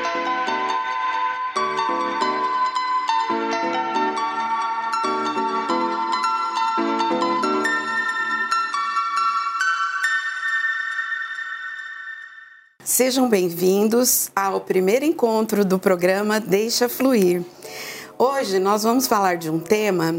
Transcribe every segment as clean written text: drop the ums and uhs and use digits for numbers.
Sejam bem-vindos ao primeiro encontro do programa Deixa Fluir. Hoje nós vamos falar de um tema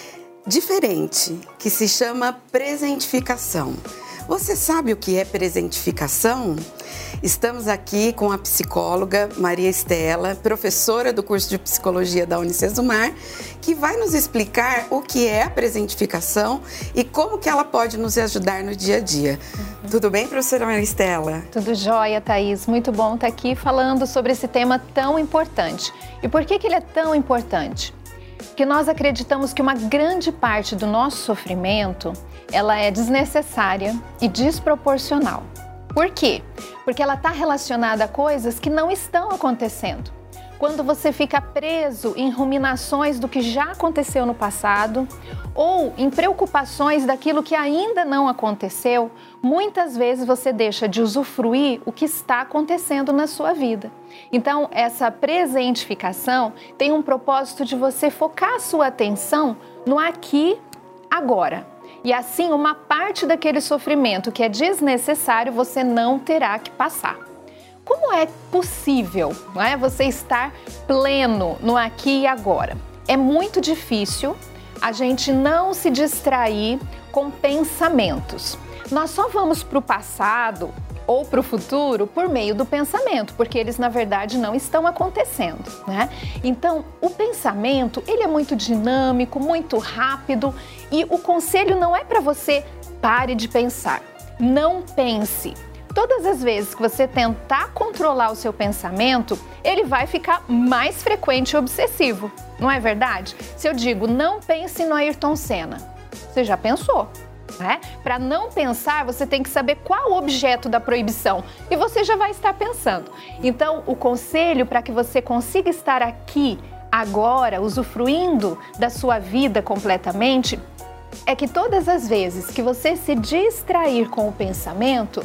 diferente, que se chama presentificação. Você sabe o que é presentificação? Estamos aqui com a psicóloga Maria Estela, professora do curso de psicologia da Unicesumar, que vai nos explicar o que é a presentificação e como que ela pode nos ajudar no dia a dia. Tudo bem, professora Maria Estela? Tudo jóia, Thaís. Muito bom estar aqui falando sobre esse tema tão importante. E por que ele é tão importante? Porque nós acreditamos que uma grande parte do nosso sofrimento, ela é desnecessária e desproporcional. Por quê? Porque ela está relacionada a coisas que não estão acontecendo. Quando você fica preso em ruminações do que já aconteceu no passado ou em preocupações daquilo que ainda não aconteceu, muitas vezes você deixa de usufruir o que está acontecendo na sua vida. Então, essa presentificação tem um propósito de você focar a sua atenção no aqui, agora. E assim, uma parte daquele sofrimento que é desnecessário, você não terá que passar. Como é possível, não é, você estar pleno no aqui e agora? É muito difícil a gente não se distrair com pensamentos. Nós só vamos para o passado ou para o futuro por meio do pensamento, porque eles, na verdade, não estão acontecendo, né? Então, o pensamento, ele é muito dinâmico, muito rápido, e o conselho não é para você pare de pensar, não pense. Todas as vezes que você tentar controlar o seu pensamento, ele vai ficar mais frequente e obsessivo, não é verdade? Se eu digo, não pense no Ayrton Senna, você já pensou? Para não pensar, você tem que saber qual o objeto da proibição e você já vai estar pensando. Então, o conselho para que você consiga estar aqui, agora, usufruindo da sua vida completamente, é que todas as vezes que você se distrair com o pensamento,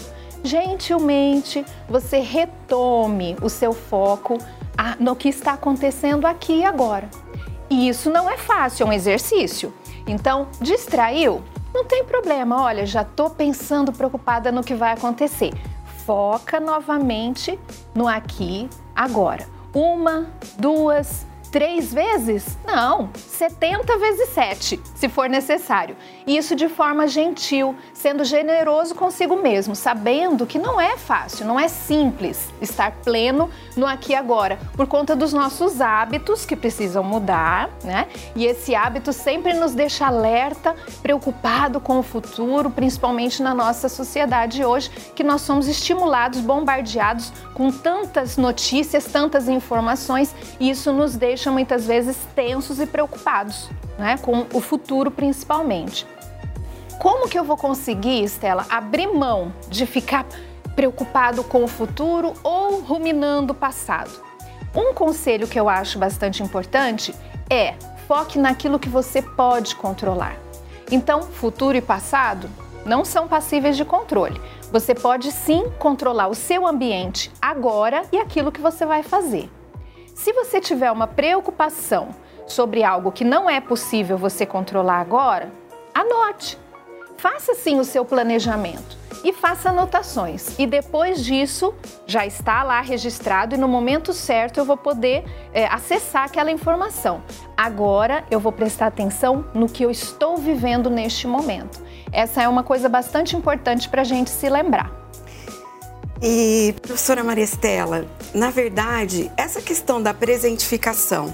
gentilmente você retome o seu foco no que está acontecendo aqui e agora. E isso não é fácil, é um exercício. Então, distraiu? Não tem problema, olha, já estou pensando, preocupada no que vai acontecer. Foca novamente no aqui, agora. 1, 2, 3 vezes? Não, 70 vezes 7, se for necessário. E isso de forma gentil, sendo generoso consigo mesmo, sabendo que não é fácil, não é simples estar pleno no aqui e agora, por conta dos nossos hábitos que precisam mudar, né? E esse hábito sempre nos deixa alerta, preocupado com o futuro, principalmente na nossa sociedade hoje, que nós somos estimulados, bombardeados com tantas notícias, tantas informações, e isso nos deixa muitas vezes tensos e preocupados, né? Com o futuro principalmente. Como que eu vou conseguir, Estela, abrir mão de ficar preocupado com o futuro ou ruminando o passado? Um conselho que eu acho bastante importante é foque naquilo que você pode controlar. Então, futuro e passado não são passíveis de controle. Você pode sim controlar o seu ambiente agora e aquilo que você vai fazer. Se você tiver uma preocupação sobre algo que não é possível você controlar agora, anote. Faça sim o seu planejamento e faça anotações. E depois disso, já está lá registrado e no momento certo eu vou poder acessar aquela informação. Agora eu vou prestar atenção no que eu estou vivendo neste momento. Essa é uma coisa bastante importante para a gente se lembrar. E, professora Maria Estela, na verdade, essa questão da presentificação,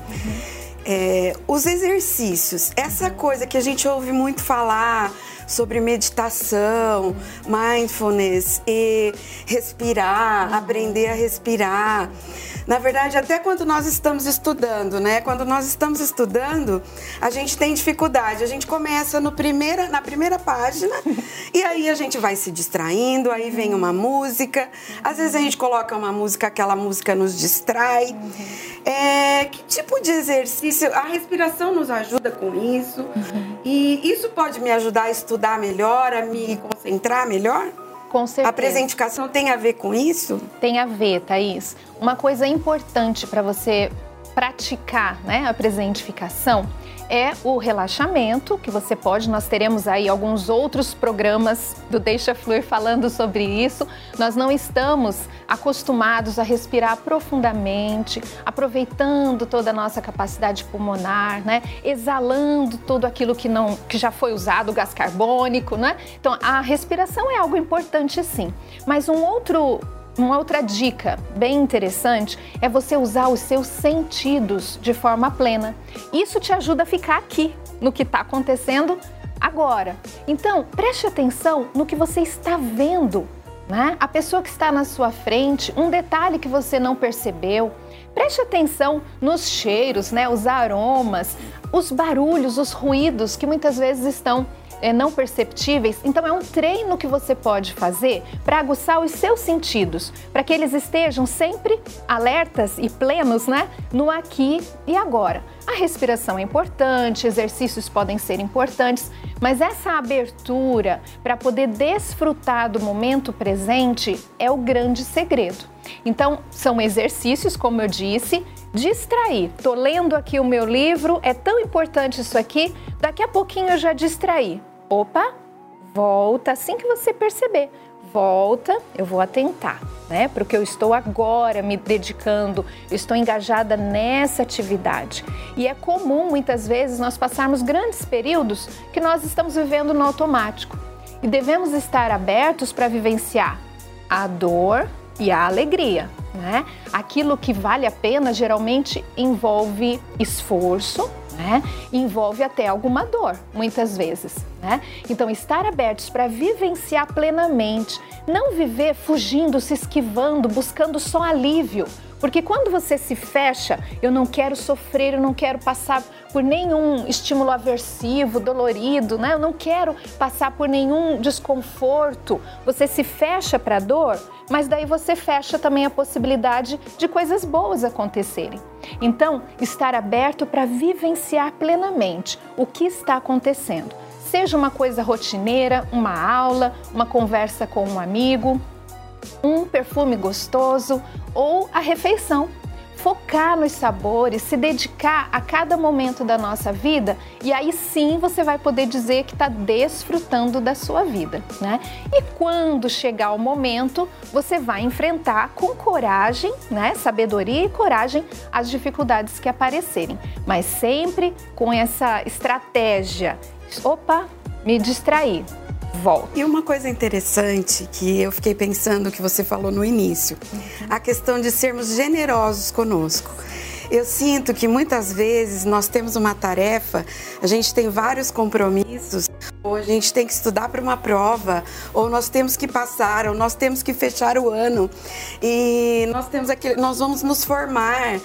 os exercícios, essa coisa que a gente ouve muito falar sobre meditação, mindfulness e respirar, aprender a respirar. Na verdade, até quando nós estamos estudando, né? Quando nós estamos estudando, a gente tem dificuldade. A gente começa na primeira página e aí a gente vai se distraindo, aí vem uma música. Às vezes a gente coloca uma música, aquela música nos distrai. Que tipo de exercício? A respiração nos ajuda com isso. E isso pode me ajudar a estudar melhor, a me concentrar melhor? Com certeza. A presentificação tem a ver com isso? Tem a ver, Thaís. Uma coisa importante para você praticar, né, a presentificação é o relaxamento, que você pode, nós teremos aí alguns outros programas do Deixa Fluir falando sobre isso. Nós não estamos acostumados a respirar profundamente, aproveitando toda a nossa capacidade pulmonar, né? Exalando tudo aquilo que já foi usado, o gás carbônico, né? Então, a respiração é algo importante, sim. Mas uma outra dica bem interessante é você usar os seus sentidos de forma plena. Isso te ajuda a ficar aqui, no que está acontecendo agora. Então, preste atenção no que você está vendo, né? A pessoa que está na sua frente, um detalhe que você não percebeu. Preste atenção nos cheiros, né? Os aromas, os barulhos, os ruídos que muitas vezes estão não perceptíveis. Então é um treino que você pode fazer para aguçar os seus sentidos, para que eles estejam sempre alertas e plenos, né, no aqui e agora. A respiração é importante, exercícios podem ser importantes, mas essa abertura para poder desfrutar do momento presente é o grande segredo. Então, são exercícios, como eu disse, distrair. Tô lendo aqui o meu livro, é tão importante isso aqui, daqui a pouquinho eu já distraí. Opa, volta, assim que você perceber. Volta, eu vou atentar, né? Porque eu estou agora me dedicando, eu estou engajada nessa atividade. E é comum, muitas vezes, nós passarmos grandes períodos que nós estamos vivendo no automático. E devemos estar abertos para vivenciar a dor e a alegria, né? Aquilo que vale a pena geralmente envolve esforço, né? Envolve até alguma dor, muitas vezes, né? Então, estar abertos para vivenciar plenamente, não viver fugindo, se esquivando, buscando só alívio. Porque quando você se fecha, eu não quero sofrer, eu não quero passar por nenhum estímulo aversivo, dolorido, né? Eu não quero passar por nenhum desconforto. Você se fecha para a dor, mas daí você fecha também a possibilidade de coisas boas acontecerem. Então, estar aberto para vivenciar plenamente o que está acontecendo. Seja uma coisa rotineira, uma aula, uma conversa com um amigo, um perfume gostoso ou a refeição. Focar nos sabores, se dedicar a cada momento da nossa vida e aí sim você vai poder dizer que está desfrutando da sua vida, né? E quando chegar o momento, você vai enfrentar com coragem, né? Sabedoria e coragem as dificuldades que aparecerem, mas sempre com essa estratégia. Opa, me distraí. Volta. E uma coisa interessante que eu fiquei pensando que você falou no início, a questão de sermos generosos conosco. Eu sinto que muitas vezes nós temos uma tarefa, a gente tem vários compromissos, ou a gente tem que estudar para uma prova, ou nós temos que passar, ou nós temos que fechar o ano, e nós vamos nos formar,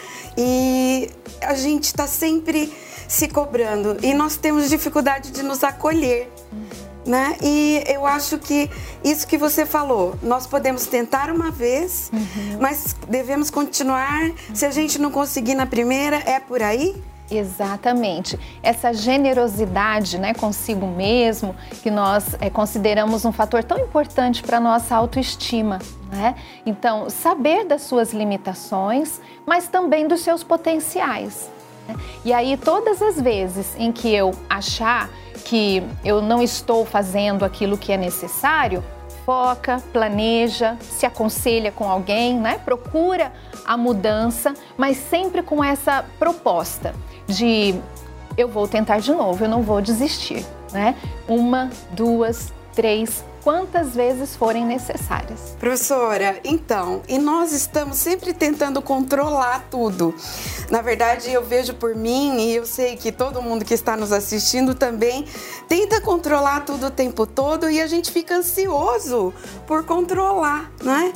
e a gente está sempre se cobrando, e nós temos dificuldade de nos acolher. Né? E eu acho que isso que você falou, nós podemos tentar uma vez, mas devemos continuar. Se a gente não conseguir na primeira, é por aí? Exatamente. Essa generosidade, né, consigo mesmo, que nós consideramos um fator tão importante para a nossa autoestima, né? Então, saber das suas limitações, mas também dos seus potenciais. Né? E aí, todas as vezes em que eu achar que eu não estou fazendo aquilo que é necessário, foca, planeja, se aconselha com alguém, né? Procura a mudança, mas sempre com essa proposta de eu vou tentar de novo, eu não vou desistir, né? 1, 2, 3, quantas vezes forem necessárias. Professora, então, e nós estamos sempre tentando controlar tudo. Na verdade, eu vejo por mim e eu sei que todo mundo que está nos assistindo também tenta controlar tudo o tempo todo e a gente fica ansioso por controlar, né?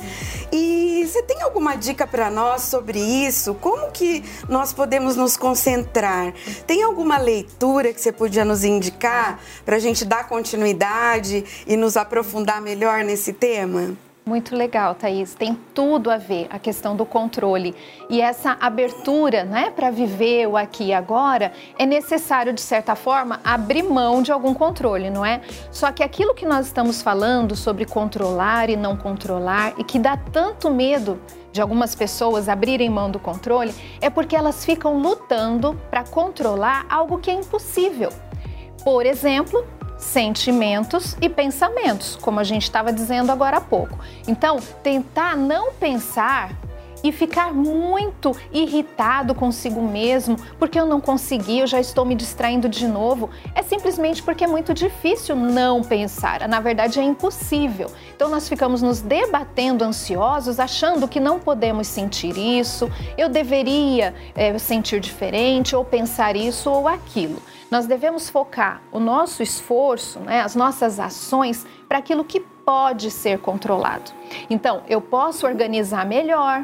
E você tem alguma dica para nós sobre isso? Como que nós podemos nos concentrar? Tem alguma leitura que você podia nos indicar para a gente dar continuidade e nos aprofundar melhor nesse tema? Muito legal, Thaís. Tem tudo a ver a questão do controle. E essa abertura, né, para viver o aqui e agora, é necessário, de certa forma, abrir mão de algum controle, não é? Só que aquilo que nós estamos falando sobre controlar e não controlar, e que dá tanto medo de algumas pessoas abrirem mão do controle, é porque elas ficam lutando para controlar algo que é impossível. Por exemplo, sentimentos e pensamentos, como a gente estava dizendo agora há pouco. Então, tentar não pensar e ficar muito irritado consigo mesmo, porque eu não consegui, eu já estou me distraindo de novo, é simplesmente porque é muito difícil não pensar. Na verdade, é impossível. Então, nós ficamos nos debatendo ansiosos, achando que não podemos sentir isso, eu deveria sentir diferente, ou pensar isso ou aquilo. Nós devemos focar o nosso esforço, né, as nossas ações, para aquilo que pode ser controlado. Então, eu posso organizar melhor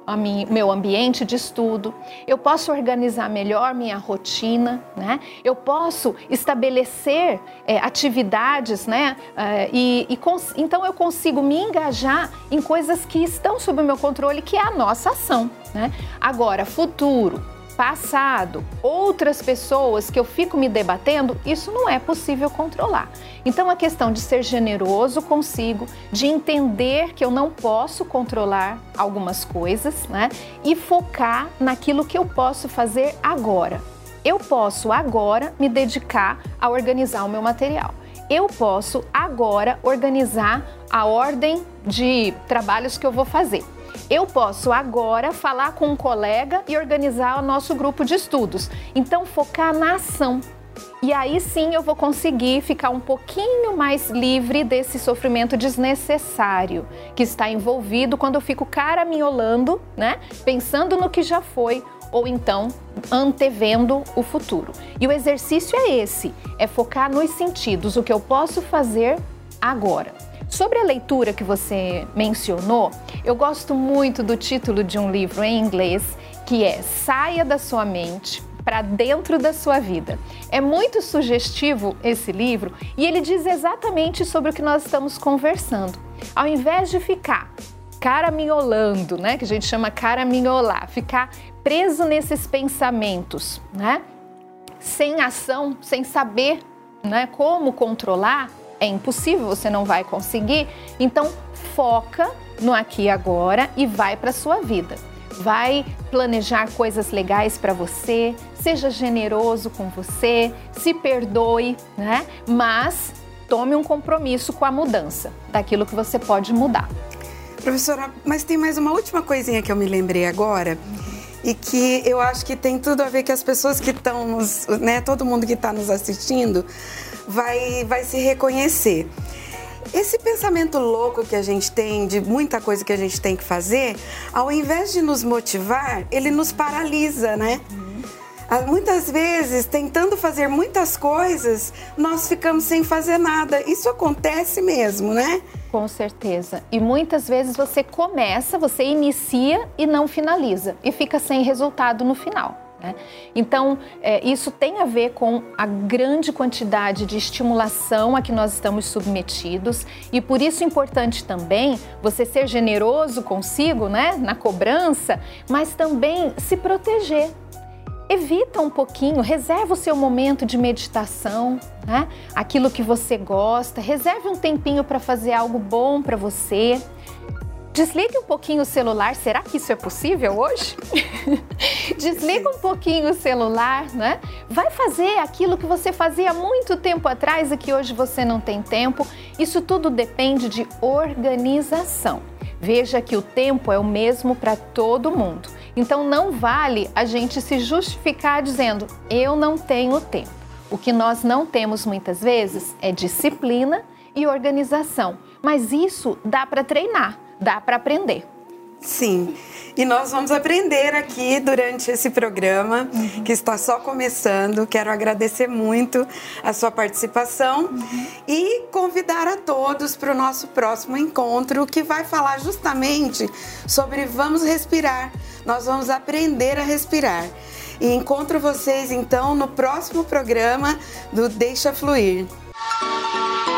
meu ambiente de estudo, eu posso organizar melhor minha rotina, né? Eu posso estabelecer atividades, né? Então eu consigo me engajar em coisas que estão sob o meu controle, que é a nossa ação, né? Agora, futuro, passado, outras pessoas que eu fico me debatendo, isso não é possível controlar. Então, a questão de ser generoso consigo, de entender que eu não posso controlar algumas coisas, né? E focar naquilo que eu posso fazer agora. Eu posso agora me dedicar a organizar o meu material. Eu posso agora organizar a ordem de trabalhos que eu vou fazer. Eu posso agora falar com um colega e organizar o nosso grupo de estudos. Então, focar na ação. E aí sim eu vou conseguir ficar um pouquinho mais livre desse sofrimento desnecessário que está envolvido quando eu fico caraminholando, né? Pensando no que já foi ou então antevendo o futuro. E o exercício é esse, é focar nos sentidos, o que eu posso fazer agora. Sobre a leitura que você mencionou, eu gosto muito do título de um livro em inglês, que é Saia da Sua Mente para Dentro da Sua Vida. É muito sugestivo esse livro e ele diz exatamente sobre o que nós estamos conversando. Ao invés de ficar caraminholando, né, que a gente chama caraminholar, ficar preso nesses pensamentos, né, sem ação, sem saber, né, como controlar, é impossível, você não vai conseguir. Então, foca no aqui e agora e vai para a sua vida. Vai planejar coisas legais para você, seja generoso com você, se perdoe, né? Mas tome um compromisso com a mudança daquilo que você pode mudar. Professora, mas tem mais uma última coisinha que eu me lembrei agora e que eu acho que tem tudo a ver que as pessoas que estão, né, todo mundo que está nos assistindo vai se reconhecer. Esse pensamento louco que a gente tem de muita coisa que a gente tem que fazer, ao invés de nos motivar, ele nos paralisa, né? Muitas vezes, tentando fazer muitas coisas, nós ficamos sem fazer nada. Isso acontece mesmo, né? Com certeza. E muitas vezes você inicia e não finaliza. E fica sem resultado no final. Então, isso tem a ver com a grande quantidade de estimulação a que nós estamos submetidos e por isso é importante também você ser generoso consigo, né, na cobrança, mas também se proteger. Evita um pouquinho, reserva o seu momento de meditação, né? Aquilo que você gosta, reserve um tempinho para fazer algo bom para você. Desligue um pouquinho o celular, será que isso é possível hoje? Desliga um pouquinho o celular, né? Vai fazer aquilo que você fazia há muito tempo atrás e que hoje você não tem tempo. Isso tudo depende de organização. Veja que o tempo é o mesmo para todo mundo. Então não vale a gente se justificar dizendo, eu não tenho tempo. O que nós não temos muitas vezes é disciplina e organização. Mas isso dá para treinar. Dá para aprender. Sim, e nós vamos aprender aqui durante esse programa, que está só começando. Quero agradecer muito a sua participação e convidar a todos para o nosso próximo encontro, que vai falar justamente sobre vamos respirar. Nós vamos aprender a respirar. E encontro vocês, então, no próximo programa do Deixa Fluir.